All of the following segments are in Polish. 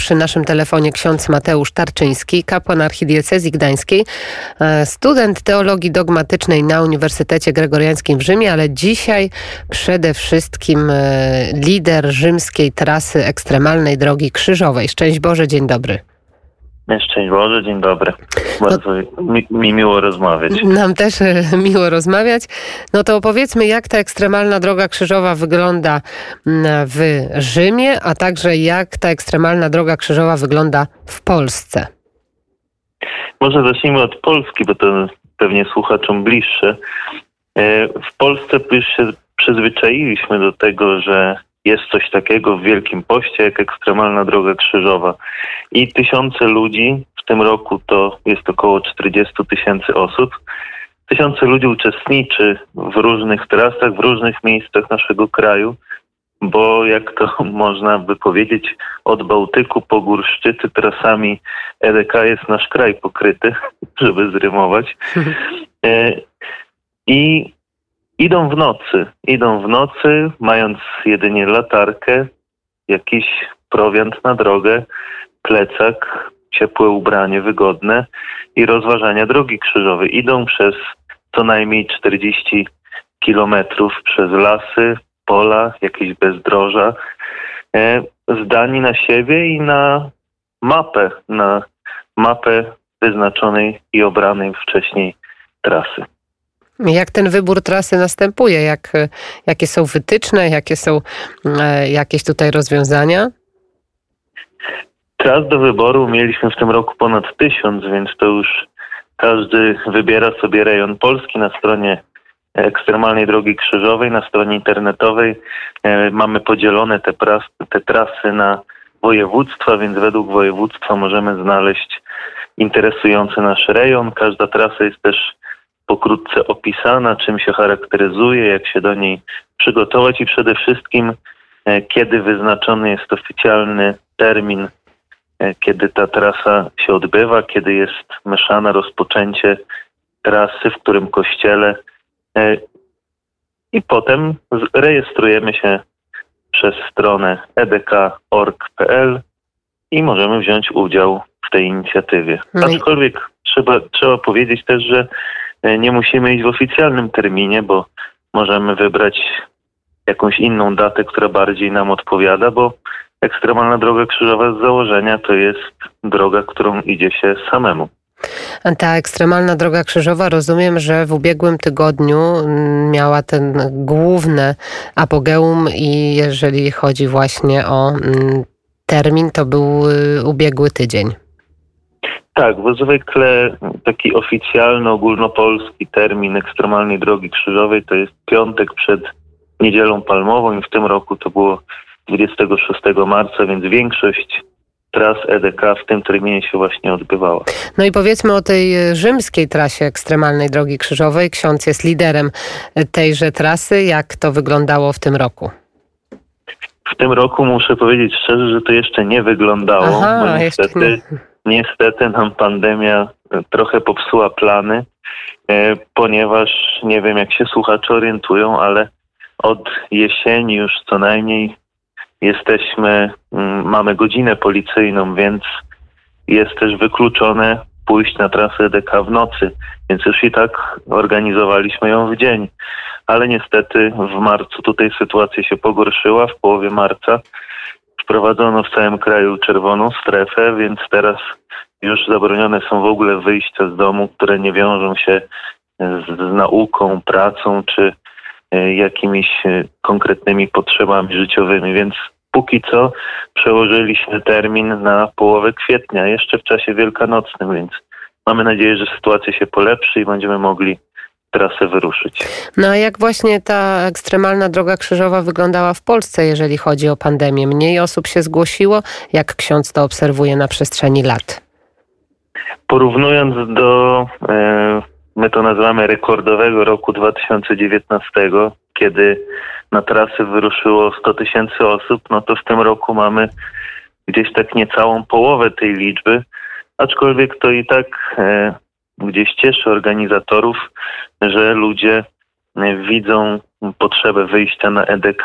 przy naszym telefonie ksiądz Mateusz Tarczyński, kapłan archidiecezji gdańskiej, student teologii dogmatycznej na Uniwersytecie Gregoriańskim w Rzymie, ale dzisiaj przede wszystkim lider rzymskiej trasy ekstremalnej Drogi Krzyżowej. Szczęść Boże, dzień dobry. Szczęść Boże, dzień dobry. Bardzo mi miło rozmawiać. Nam też miło rozmawiać. No to opowiedzmy, jak ta ekstremalna Droga Krzyżowa wygląda w Rzymie, a także jak ta ekstremalna Droga Krzyżowa wygląda w Polsce. Może zacznijmy od Polski, bo to pewnie słuchaczom bliższe. W Polsce już się przyzwyczailiśmy do tego, że jest coś takiego w Wielkim Poście jak ekstremalna Droga Krzyżowa. I tysiące ludzi, w tym roku to jest około 40 000 osób, tysiące ludzi uczestniczy w różnych trasach, w różnych miejscach naszego kraju, bo jak to można by powiedzieć, od Bałtyku po Górszczycy trasami EDK jest nasz kraj pokryty, żeby zrymować. I idą w nocy, mając jedynie latarkę, jakiś prowiant na drogę, plecak, ciepłe ubranie wygodne i rozważania Drogi Krzyżowej. Idą przez co najmniej 40 kilometrów przez lasy, pola, jakieś bezdroża, zdani na siebie i na mapę wyznaczonej i obranej wcześniej trasy. Jak ten wybór trasy następuje? Jakie są wytyczne? Jakie są jakieś tutaj rozwiązania? Tras do wyboru mieliśmy w tym roku ponad 1000, więc to już każdy wybiera sobie rejon Polski. Na stronie ekstremalnej Drogi Krzyżowej, na stronie internetowej mamy podzielone te trasy na województwa, więc według województwa możemy znaleźć interesujący nasz rejon. Każda trasa jest też pokrótce opisana, czym się charakteryzuje, jak się do niej przygotować i przede wszystkim kiedy wyznaczony jest oficjalny termin, kiedy ta trasa się odbywa, kiedy jest mszana, rozpoczęcie trasy, w którym kościele i potem rejestrujemy się przez stronę edk.org.pl i możemy wziąć udział w tej inicjatywie. Aczkolwiek trzeba powiedzieć też, że nie musimy iść w oficjalnym terminie, bo możemy wybrać jakąś inną datę, która bardziej nam odpowiada, bo ekstremalna Droga Krzyżowa z założenia to jest droga, którą idzie się samemu. Ta ekstremalna Droga Krzyżowa, rozumiem, że w ubiegłym tygodniu miała ten główne apogeum i jeżeli chodzi właśnie o termin, to był ubiegły tydzień. Tak, bo zwykle taki oficjalny, ogólnopolski termin ekstremalnej Drogi Krzyżowej to jest piątek przed Niedzielą Palmową i w tym roku to było 26 marca, więc większość tras EDK w tym terminie się właśnie odbywała. No i powiedzmy o tej rzymskiej trasie ekstremalnej Drogi Krzyżowej. Ksiądz jest liderem tejże trasy. Jak to wyglądało w tym roku? W tym roku muszę powiedzieć szczerze, że to jeszcze nie wyglądało, bo niestety nam pandemia trochę popsuła plany, ponieważ nie wiem jak się słuchacze orientują, ale od jesieni już co najmniej mamy godzinę policyjną, więc jest też wykluczone pójść na trasę EDK w nocy, więc już i tak organizowaliśmy ją w dzień. Ale niestety w marcu tutaj sytuacja się pogorszyła, w połowie marca wprowadzono w całym kraju czerwoną strefę, więc teraz już zabronione są w ogóle wyjścia z domu, które nie wiążą się z nauką, pracą czy jakimiś konkretnymi potrzebami życiowymi, więc póki co przełożyliśmy termin na połowę kwietnia, jeszcze w czasie wielkanocnym, więc mamy nadzieję, że sytuacja się polepszy i będziemy mogli trasę wyruszyć. No a jak właśnie ta ekstremalna Droga Krzyżowa wyglądała w Polsce, jeżeli chodzi o pandemię? Mniej osób się zgłosiło? Jak ksiądz to obserwuje na przestrzeni lat? Porównując do, my to nazywamy rekordowego roku 2019, kiedy na trasy wyruszyło 100 000 osób, no to w tym roku mamy gdzieś tak niecałą połowę tej liczby, aczkolwiek to i tak gdzieś cieszy organizatorów, że ludzie widzą potrzebę wyjścia na EDK.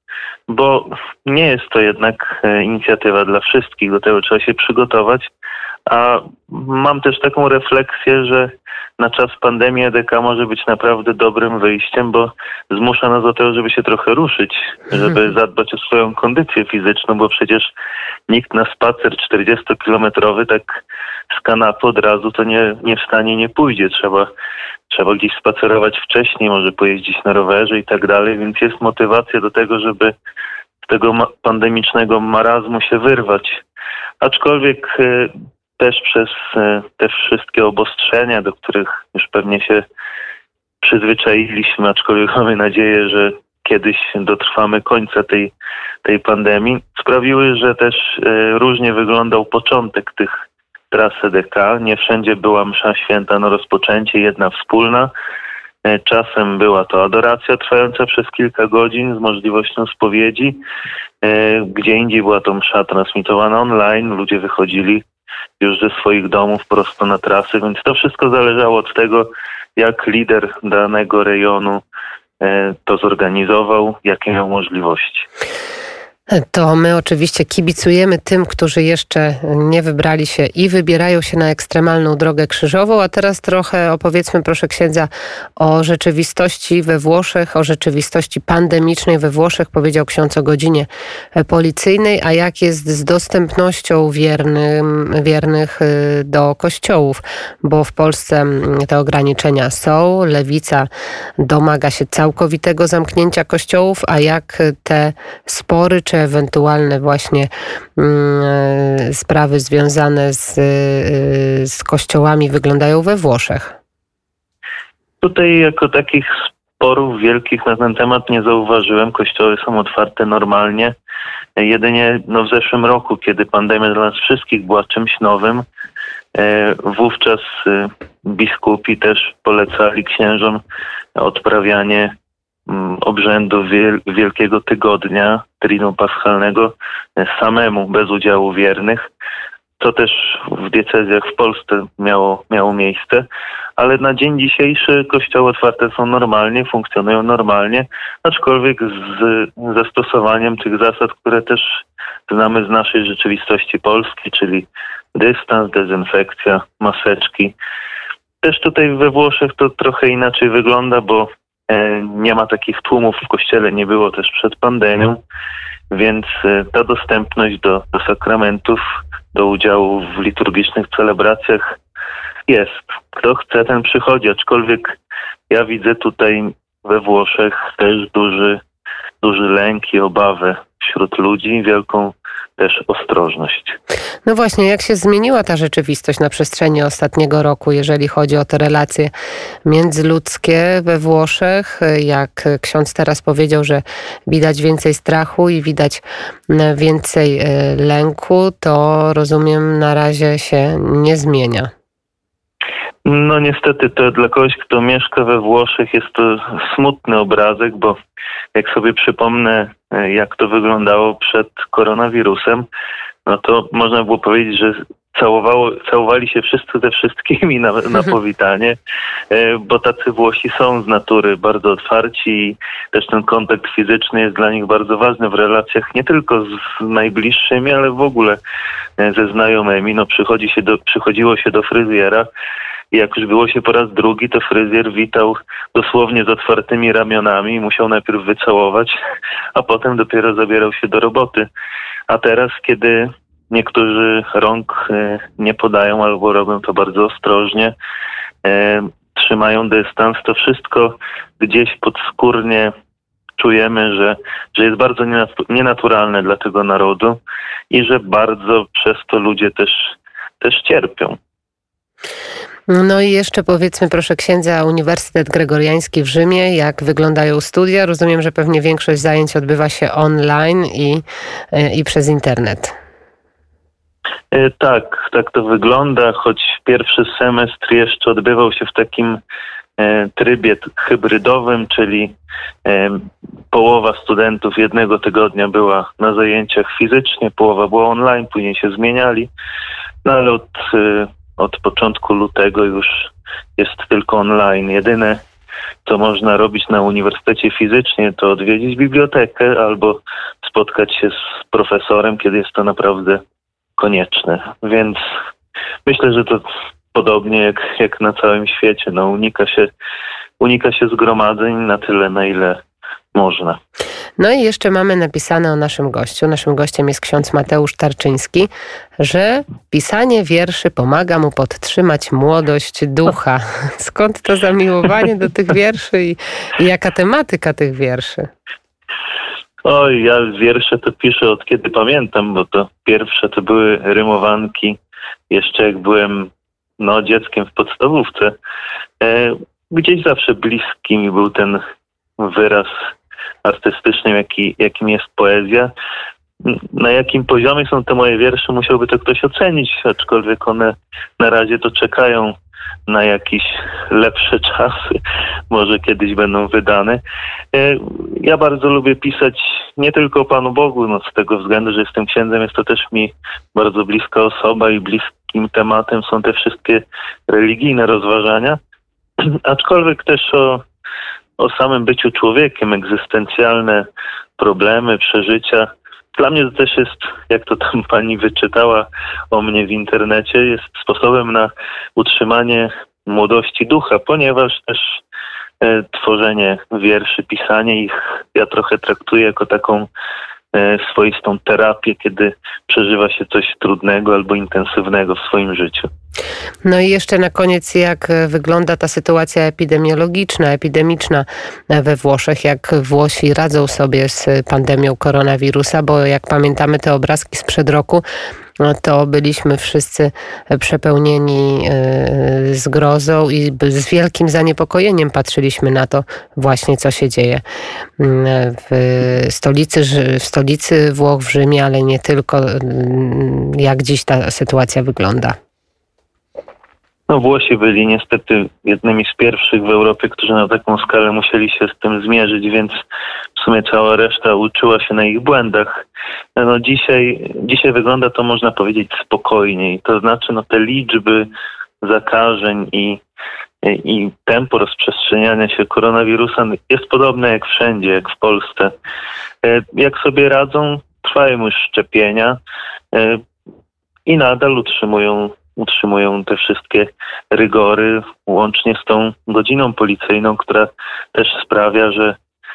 bo nie jest to jednak inicjatywa dla wszystkich, do tego trzeba się przygotować, a mam też taką refleksję, że na czas pandemii EDK może być naprawdę dobrym wyjściem, bo zmusza nas do tego, żeby się trochę ruszyć, żeby zadbać o swoją kondycję fizyczną, bo przecież nikt na spacer 40-kilometrowy tak z kanapy od razu to nie wstanie, nie pójdzie. Trzeba gdzieś spacerować wcześniej, może pojeździć na rowerze i tak dalej, więc jest motywacja do tego, żeby z tego pandemicznego marazmu się wyrwać. Aczkolwiek też przez te wszystkie obostrzenia, do których już pewnie się przyzwyczailiśmy, aczkolwiek mamy nadzieję, że kiedyś dotrwamy końca tej pandemii, sprawiły, że też różnie wyglądał początek tych tras EDK. Nie wszędzie była msza święta na rozpoczęcie, jedna wspólna. Czasem była to adoracja trwająca przez kilka godzin z możliwością spowiedzi. Gdzie indziej była to msza transmitowana online. Ludzie wychodzili już ze swoich domów prosto na trasy, więc to wszystko zależało od tego, jak lider danego rejonu to zorganizował, jakie miał możliwości. To my oczywiście kibicujemy tym, którzy jeszcze nie wybrali się i wybierają się na ekstremalną drogę krzyżową. A teraz trochę opowiedzmy, proszę księdza, o rzeczywistości we Włoszech, o rzeczywistości pandemicznej we Włoszech. Powiedział ksiądz o godzinie policyjnej, a jak jest z dostępnością wiernych do kościołów, bo w Polsce te ograniczenia są. Lewica domaga się całkowitego zamknięcia kościołów, a jak te spory czy ewentualne właśnie sprawy związane z kościołami wyglądają we Włoszech? Tutaj jako takich sporów wielkich na ten temat nie zauważyłem. Kościoły są otwarte normalnie. Jedynie w zeszłym roku, kiedy pandemia dla nas wszystkich była czymś nowym, wówczas biskupi też polecali księżom odprawianie obrzędu Wielkiego Tygodnia, Triduum Paschalnego samemu, bez udziału wiernych. To też w diecezjach w Polsce miało miejsce, ale na dzień dzisiejszy kościoły otwarte są normalnie, funkcjonują normalnie, aczkolwiek z zastosowaniem tych zasad, które też znamy z naszej rzeczywistości polskiej, czyli dystans, dezynfekcja, maseczki. Też tutaj we Włoszech to trochę inaczej wygląda, bo nie ma takich tłumów w kościele, nie było też przed pandemią, więc ta dostępność do sakramentów, do udziału w liturgicznych celebracjach jest. Kto chce, ten przychodzi, aczkolwiek ja widzę tutaj we Włoszech też duży lęk i obawę wśród ludzi, wielką też ostrożność. No właśnie, jak się zmieniła ta rzeczywistość na przestrzeni ostatniego roku, jeżeli chodzi o te relacje międzyludzkie we Włoszech? Jak ksiądz teraz powiedział, że widać więcej strachu i widać więcej lęku, to rozumiem, na razie się nie zmienia. No niestety to dla kogoś, kto mieszka we Włoszech, jest to smutny obrazek, bo jak sobie przypomnę, jak to wyglądało przed koronawirusem, no to można było powiedzieć, że całowali się wszyscy ze wszystkimi na powitanie, bo tacy Włosi są z natury bardzo otwarci i też ten kontakt fizyczny jest dla nich bardzo ważny w relacjach nie tylko z najbliższymi, ale w ogóle ze znajomymi. No przychodziło się do fryzjera i jak już było się po raz drugi, to fryzjer witał dosłownie z otwartymi ramionami i musiał najpierw wycałować, a potem dopiero zabierał się do roboty. A teraz, kiedy niektórzy rąk nie podają albo robią to bardzo ostrożnie, trzymają dystans, to wszystko gdzieś podskórnie czujemy, że jest bardzo nienaturalne dla tego narodu i że bardzo przez to ludzie też cierpią. No i jeszcze powiedzmy, proszę księdza, Uniwersytet Gregoriański w Rzymie, jak wyglądają studia? Rozumiem, że pewnie większość zajęć odbywa się online i przez internet. Tak to wygląda, choć pierwszy semestr jeszcze odbywał się w takim trybie hybrydowym, czyli połowa studentów jednego tygodnia była na zajęciach fizycznie, połowa była online, później się zmieniali, no ale od początku lutego już jest tylko online. co można robić na uniwersytecie fizycznie, to odwiedzić bibliotekę albo spotkać się z profesorem, kiedy jest to naprawdę konieczne. Więc myślę, że to podobnie jak na całym świecie. No, unika się zgromadzeń na tyle, na ile można. No i jeszcze mamy napisane o naszym gościu. Naszym gościem jest ksiądz Mateusz Tarczyński, że pisanie wierszy pomaga mu podtrzymać młodość ducha. Skąd to zamiłowanie do tych wierszy i jaka tematyka tych wierszy? Oj, ja wiersze to piszę od kiedy pamiętam, bo to pierwsze to były rymowanki jeszcze jak byłem dzieckiem w podstawówce. Gdzieś zawsze bliski mi był ten wyraz artystyczny, jakim jest poezja. Na jakim poziomie są te moje wiersze, musiałby to ktoś ocenić, aczkolwiek one na razie to czekają na jakieś lepsze czasy. Może kiedyś będą wydane. Ja bardzo lubię pisać nie tylko o Panu Bogu, z tego względu, że jestem księdzem, jest to też mi bardzo bliska osoba i bliskim tematem są te wszystkie religijne rozważania, aczkolwiek też o samym byciu człowiekiem, egzystencjalne problemy, przeżycia. Dla mnie to też jest, jak to tam pani wyczytała o mnie w internecie, jest sposobem na utrzymanie młodości ducha, ponieważ też tworzenie wierszy, pisanie ich ja trochę traktuję jako taką swoistą terapię, kiedy przeżywa się coś trudnego albo intensywnego w swoim życiu. No i jeszcze na koniec, jak wygląda ta sytuacja epidemiczna we Włoszech, jak Włosi radzą sobie z pandemią koronawirusa, bo jak pamiętamy te obrazki sprzed roku, to byliśmy wszyscy przepełnieni zgrozą i z wielkim zaniepokojeniem patrzyliśmy na to właśnie, co się dzieje w stolicy Włoch, w Rzymie, ale nie tylko. Jak dziś ta sytuacja wygląda? Włosi byli niestety jednymi z pierwszych w Europie, którzy na taką skalę musieli się z tym zmierzyć, więc w sumie cała reszta uczyła się na ich błędach. Dzisiaj wygląda to, można powiedzieć, spokojniej. To znaczy, te liczby zakażeń i tempo rozprzestrzeniania się koronawirusa jest podobne jak wszędzie, jak w Polsce. Jak sobie radzą, trwają już szczepienia i nadal utrzymują te wszystkie rygory, łącznie z tą godziną policyjną, która też sprawia, że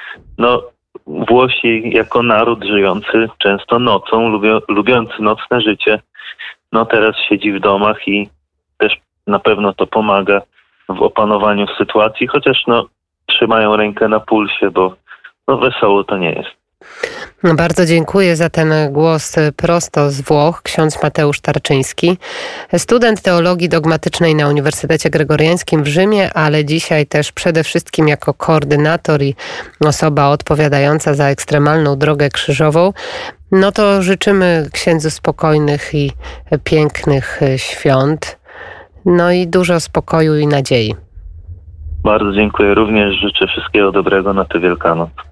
Włosi jako naród żyjący często nocą, lubiący nocne życie, teraz siedzi w domach i też na pewno to pomaga w opanowaniu sytuacji, chociaż trzymają rękę na pulsie, bo wesoło to nie jest. Bardzo dziękuję za ten głos prosto z Włoch. Ksiądz Mateusz Tarczyński, student teologii dogmatycznej na Uniwersytecie Gregoriańskim w Rzymie, ale dzisiaj też przede wszystkim jako koordynator i osoba odpowiadająca za ekstremalną drogę krzyżową. To życzymy księdzu spokojnych i pięknych świąt. I dużo spokoju i nadziei. Bardzo dziękuję. Również życzę wszystkiego dobrego na tę Wielkanoc.